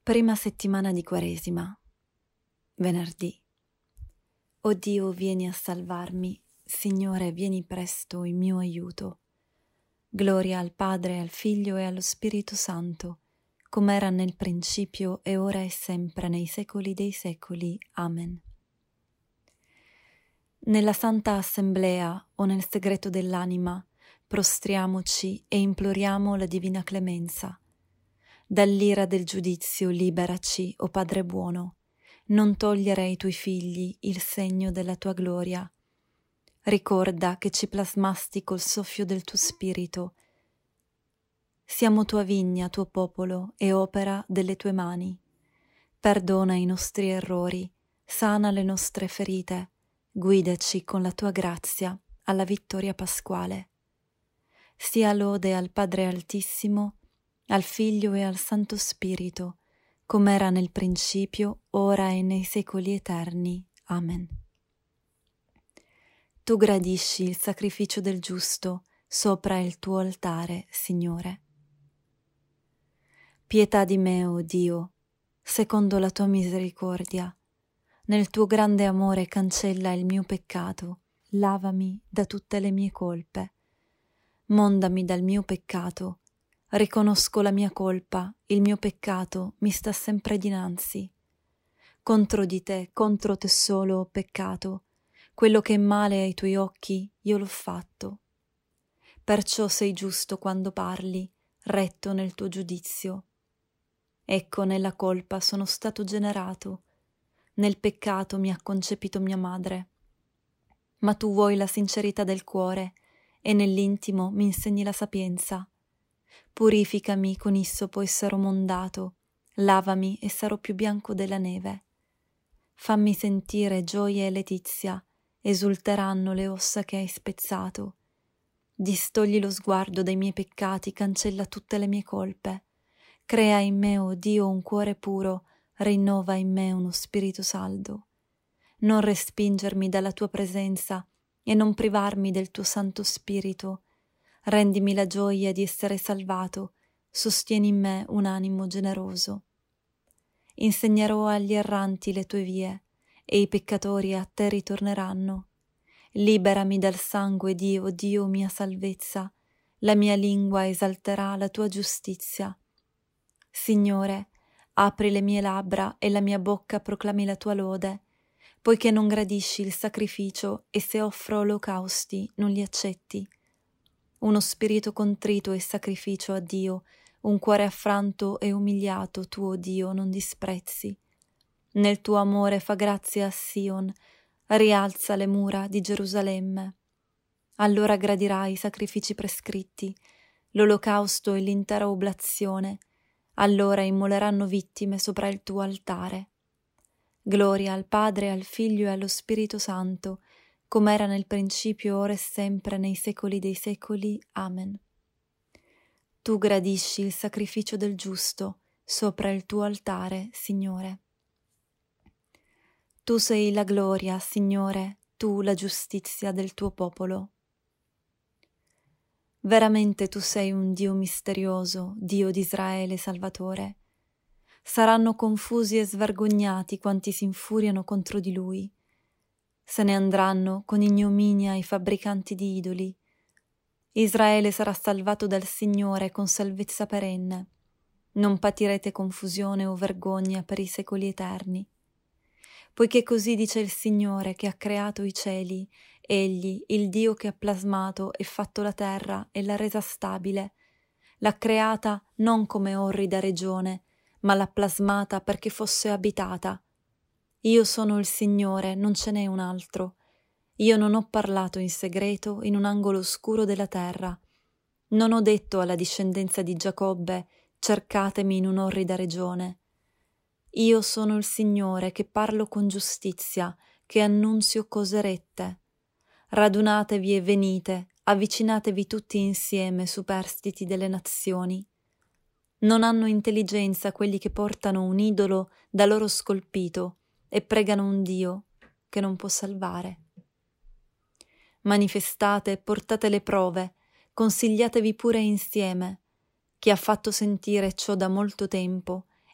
Prima settimana di Quaresima, venerdì. O Dio, vieni a salvarmi, Signore, vieni presto in mio aiuto. Gloria al Padre, al Figlio e allo Spirito Santo, come era nel principio e ora e sempre nei secoli dei secoli. Amen. Nella Santa Assemblea o nel segreto dell'anima, prostriamoci e imploriamo la divina clemenza. Dall'ira del giudizio liberaci, o Padre buono, non togliere ai tuoi figli il segno della tua gloria. Ricorda che ci plasmasti col soffio del tuo spirito. Siamo tua vigna, tuo popolo e opera delle tue mani. Perdona i nostri errori, sana le nostre ferite, guidaci con la tua grazia alla vittoria pasquale. Sia lode al Padre Altissimo, al Figlio e al Santo Spirito, come era nel principio, ora e nei secoli eterni. Amen. Tu gradisci il sacrificio del giusto sopra il tuo altare, Signore. Pietà di me, o Dio, secondo la tua misericordia. Nel tuo grande amore cancella il mio peccato, lavami da tutte le mie colpe. Mondami dal mio peccato. Riconosco la mia colpa, il mio peccato mi sta sempre dinanzi. Contro di te, contro te solo ho peccato, quello che è male ai tuoi occhi io l'ho fatto. Perciò sei giusto quando parli, retto nel tuo giudizio. Ecco, nella colpa sono stato generato, nel peccato mi ha concepito mia madre. Ma tu vuoi la sincerità del cuore e nell'intimo mi insegni la sapienza. Purificami con issopo e sarò mondato, lavami e sarò più bianco della neve. Fammi sentire gioia e letizia, esulteranno le ossa che hai spezzato. Distogli lo sguardo dai miei peccati, cancella tutte le mie colpe. Crea in me, o Dio, un cuore puro, rinnova in me uno spirito saldo. Non respingermi dalla tua presenza e non privarmi del tuo Santo Spirito. Rendimi la gioia di essere salvato, sostieni in me un animo generoso. Insegnerò agli erranti le tue vie, e i peccatori a te ritorneranno. Liberami dal sangue, Dio, Dio mia salvezza, la mia lingua esalterà la tua giustizia. Signore, apri le mie labbra e la mia bocca proclami la tua lode, poiché non gradisci il sacrificio e se offro olocausti non li accetti. Uno spirito contrito e sacrificio a Dio, un cuore affranto e umiliato, tuo Dio, non disprezzi. Nel tuo amore fa grazia a Sion, rialza le mura di Gerusalemme. Allora gradirai i sacrifici prescritti, l'olocausto e l'intera oblazione, allora immoleranno vittime sopra il tuo altare. Gloria al Padre, al Figlio e allo Spirito Santo, come era nel principio, ora e sempre, nei secoli dei secoli. Amen. Tu gradisci il sacrificio del giusto sopra il tuo altare, Signore. Tu sei la gloria, Signore, tu la giustizia del tuo popolo. Veramente tu sei un Dio misterioso, Dio di Israele Salvatore. Saranno confusi e svergognati quanti si infuriano contro di Lui. Se ne andranno con ignominia i fabbricanti di idoli. Israele sarà salvato dal Signore con salvezza perenne. Non patirete confusione o vergogna per i secoli eterni. Poiché così dice il Signore che ha creato i cieli, Egli, il Dio che ha plasmato e fatto la terra e l'ha resa stabile, l'ha creata non come orrida regione, ma l'ha plasmata perché fosse abitata. Io sono il Signore, non ce n'è un altro. Io non ho parlato in segreto in un angolo oscuro della terra. Non ho detto alla discendenza di Giacobbe, cercatemi in un'orrida regione. Io sono il Signore che parlo con giustizia, che annunzio cose rette. Radunatevi e venite, avvicinatevi tutti insieme, superstiti delle nazioni. Non hanno intelligenza quelli che portano un idolo da loro scolpito e pregano un Dio che non può salvare. Manifestate e portate le prove, consigliatevi pure insieme. Chi ha fatto sentire ciò da molto tempo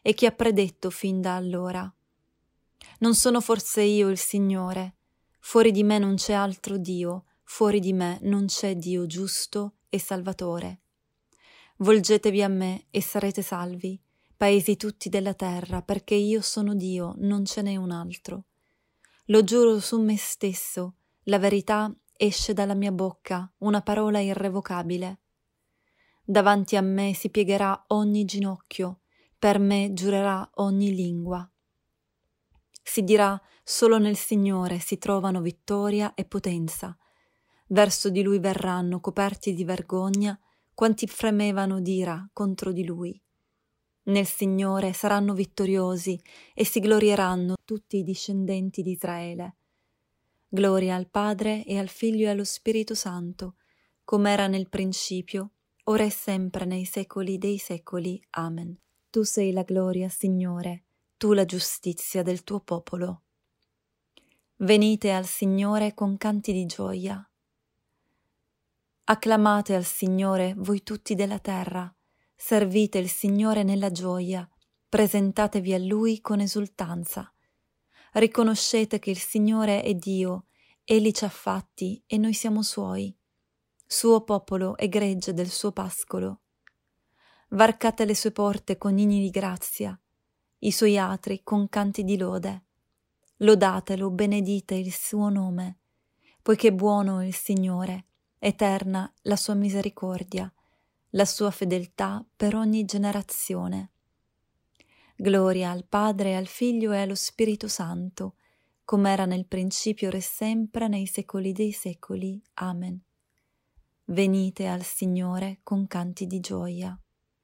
e chi ha predetto fin da allora. Non sono forse io il Signore? Fuori di me non c'è altro Dio, fuori di me non c'è Dio giusto e Salvatore. Volgetevi a me e sarete salvi, paesi tutti della terra, perché io sono Dio, non ce n'è un altro. Lo giuro su me stesso, la verità esce dalla mia bocca, una parola irrevocabile. Davanti a me si piegherà ogni ginocchio, per me giurerà ogni lingua. Si dirà: solo nel Signore si trovano vittoria e potenza. Verso di Lui verranno, coperti di vergogna, quanti fremevano d'ira contro di Lui. Nel Signore saranno vittoriosi e si glorieranno tutti i discendenti di Israele. Gloria al Padre e al Figlio e allo Spirito Santo, come era nel principio, ora e sempre nei secoli dei secoli. Amen. Tu sei la gloria, Signore, tu la giustizia del tuo popolo. Venite al Signore con canti di gioia. Acclamate al Signore voi tutti della terra, servite il Signore nella gioia, presentatevi a Lui con esultanza. Riconoscete che il Signore è Dio, Egli ci ha fatti e noi siamo Suoi, suo popolo e gregge del suo pascolo. Varcate le sue porte con inni di grazia, i suoi atri con canti di lode. Lodatelo, benedite il suo nome, poiché buono è il Signore, eterna la sua misericordia, la sua fedeltà per ogni generazione. Gloria al Padre, al Figlio e allo Spirito Santo, come era nel principio, ora e sempre, nei secoli dei secoli. Amen. Venite al Signore con canti di gioia.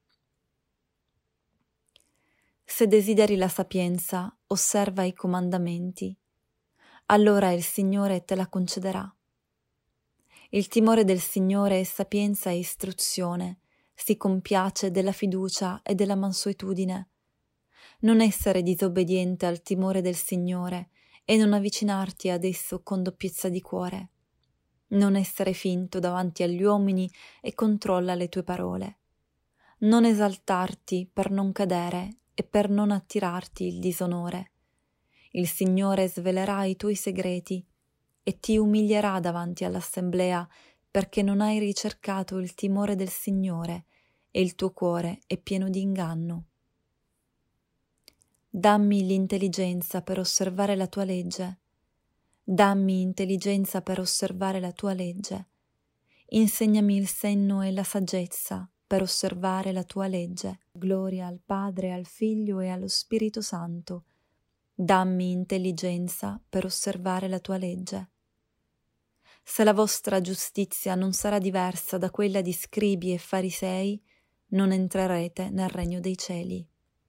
Se desideri la sapienza, osserva i comandamenti, allora il Signore te la concederà. Il timore del Signore è sapienza e istruzione, si compiace della fiducia e della mansuetudine. Non essere disobbediente al timore del Signore e non avvicinarti ad esso con doppiezza di cuore. Non essere finto davanti agli uomini e controlla le tue parole. Non esaltarti per non cadere e per non attirarti il disonore. Il Signore svelerà i tuoi segreti e ti umilierà davanti all'assemblea perché non hai ricercato il timore del Signore e il tuo cuore è pieno di inganno. Dammi l'intelligenza per osservare la tua legge. Dammi intelligenza per osservare la tua legge. Insegnami il senno e la saggezza per osservare la tua legge. Gloria al Padre, al Figlio e allo Spirito Santo. Dammi intelligenza per osservare la tua legge. Se la vostra giustizia non sarà diversa da quella di scribi e farisei, non entrerete nel regno dei cieli.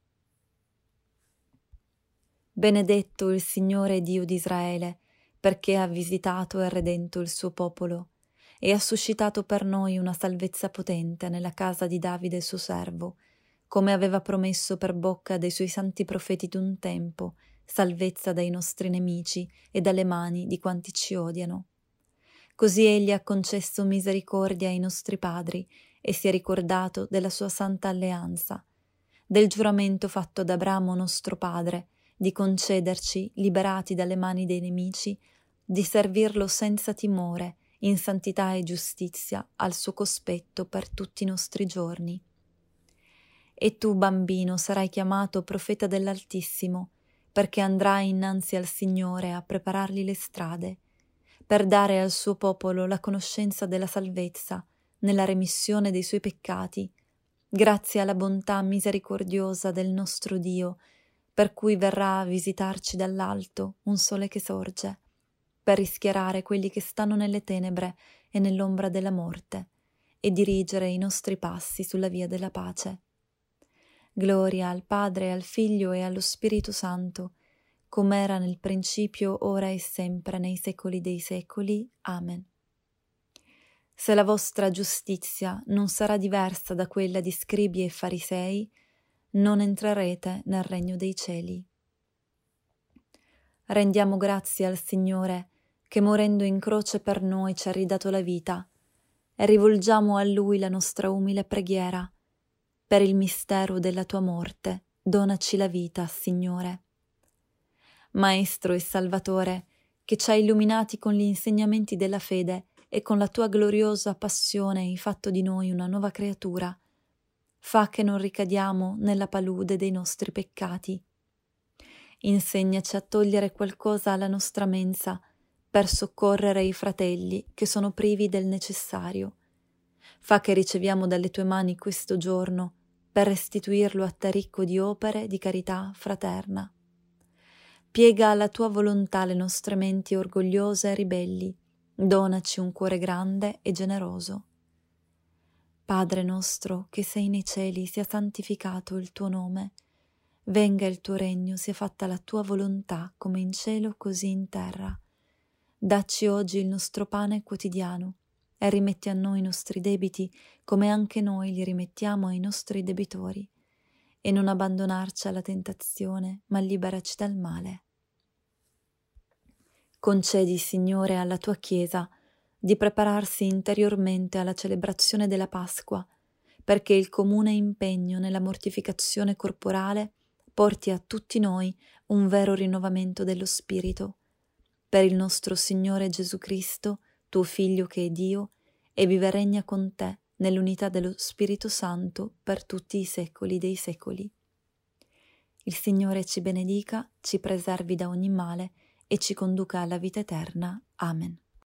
Benedetto il Signore Dio di Israele, perché ha visitato e redento il suo popolo e ha suscitato per noi una salvezza potente nella casa di Davide suo servo, come aveva promesso per bocca dei suoi santi profeti d'un tempo, salvezza dai nostri nemici e dalle mani di quanti ci odiano. Così egli ha concesso misericordia ai nostri padri e si è ricordato della sua santa alleanza, del giuramento fatto ad Abramo nostro padre, di concederci, liberati dalle mani dei nemici, di servirlo senza timore, in santità e giustizia, al suo cospetto per tutti i nostri giorni. E tu, bambino, sarai chiamato profeta dell'Altissimo, perché andrai innanzi al Signore a preparargli le strade, per dare al suo popolo la conoscenza della salvezza, nella remissione dei suoi peccati, grazie alla bontà misericordiosa del nostro Dio, per cui verrà a visitarci dall'alto un sole che sorge, per rischiarare quelli che stanno nelle tenebre e nell'ombra della morte, e dirigere i nostri passi sulla via della pace. Gloria al Padre, al Figlio e allo Spirito Santo, come era nel principio, ora e sempre, nei secoli dei secoli. Amen. Se la vostra giustizia non sarà diversa da quella di scribi e farisei, non entrerete nel regno dei cieli. Rendiamo grazie al Signore, che morendo in croce per noi ci ha ridato la vita, e rivolgiamo a Lui la nostra umile preghiera, per il mistero della tua morte, donaci la vita, Signore. Maestro e Salvatore, che ci hai illuminati con gli insegnamenti della fede e con la tua gloriosa passione hai fatto di noi una nuova creatura, fa che non ricadiamo nella palude dei nostri peccati. Insegnaci a togliere qualcosa alla nostra mensa per soccorrere i fratelli che sono privi del necessario. Fa che riceviamo dalle tue mani questo giorno per restituirlo a te ricco di opere di carità fraterna. Piega alla tua volontà le nostre menti orgogliose e ribelli, donaci un cuore grande e generoso. Padre nostro che sei nei cieli, sia santificato il tuo nome, venga il tuo regno, sia fatta la tua volontà come in cielo così in terra. Dacci oggi il nostro pane quotidiano e rimetti a noi i nostri debiti come anche noi li rimettiamo ai nostri debitori, e non abbandonarci alla tentazione, ma liberaci dal male. Concedi, Signore, alla tua Chiesa di prepararsi interiormente alla celebrazione della Pasqua, perché il comune impegno nella mortificazione corporale porti a tutti noi un vero rinnovamento dello spirito. Per il nostro Signore Gesù Cristo, tuo Figlio che è Dio, e vive e regna con te nell'unità dello Spirito Santo per tutti i secoli dei secoli. Il Signore ci benedica, ci preservi da ogni male e ci conduca alla vita eterna. Amen.